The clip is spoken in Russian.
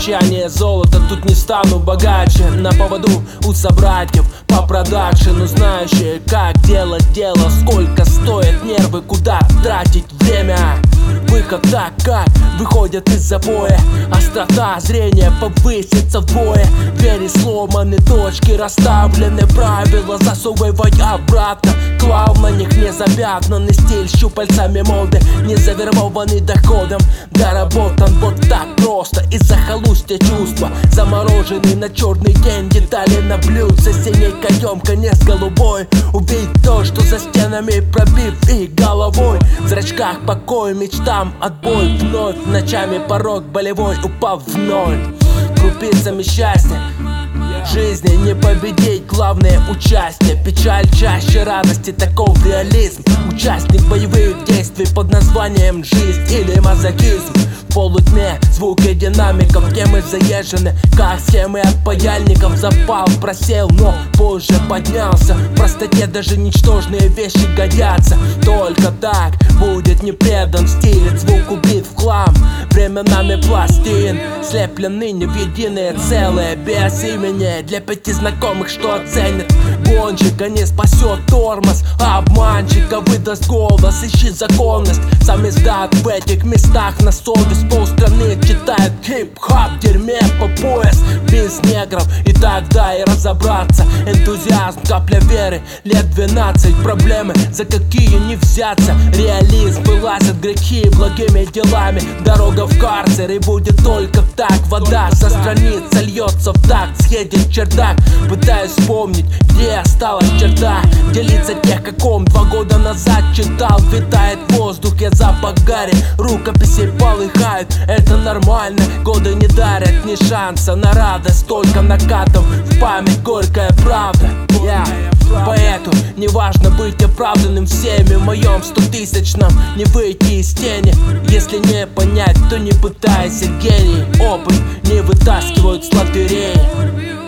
молчание золота, тут не стану богаче. На поводу у собратьев по продакшену, знающие, как делать дело, сколько стоят нервы, куда тратить время. Выход так, как выходят из запоя. Острота зрения повысится вдвое. Двери сломаны, точки расставлены, правила засовывай обратно. Клал на них незапятнанный стиль, щупальцами моды, не завербованный доходом. Доработан вот так просто из-за захолустья чувства, замороженный на черный день. Детали на блюдце, синей каемка не с голубой. Увидеть то, что за стенами, пробив их головой. В зрачках покой, мечтам отбой. Вновь ночами порог болевой упал в ноль. Крупицами счастья жизни не победить, главное участие. Печаль чаще радости, таков реализм. Участник боевых действий под названием жизнь или мазохизм. В полутьме звуки динамиков, темы заезжены, как схемы от паяльников. Запал, просел, но позже поднялся. В простоте даже ничтожные вещи годятся. Только так будет не предан стиль, звук убит в хлам. Временами пластин слеплены не в единое целое, без имени для 5 знакомых, что оценят. Гонщика не спасет тормоз, обманщика выдаст голос. Ищи законность, сам издат в этих местах на совесть. Полстраны читает хип-хоп в дерьме по пояс, без негров и тогда и разобраться. Энтузиазм, капля веры, лет 12. Проблемы, за какие не взяться. Реализм, вылазят грехи благими делами. Дорога в карцер и будет только так. Вода со страниц льется в такт, съедет чердак. Пытаюсь вспомнить, где осталась черта. Делиться тех, каком 2 года назад читал. Витает в воздухе запах гари, рукописи полыхают. Это нормально, годы не дарят ни шанса на радость, только накатом в память горькая правда. Поэту не важно быть оправданным всеми. В моем 100-тысячном не выйти из тени. Если не понять, то не пытайся, гений. Опыт не вытаскивают с лотереи.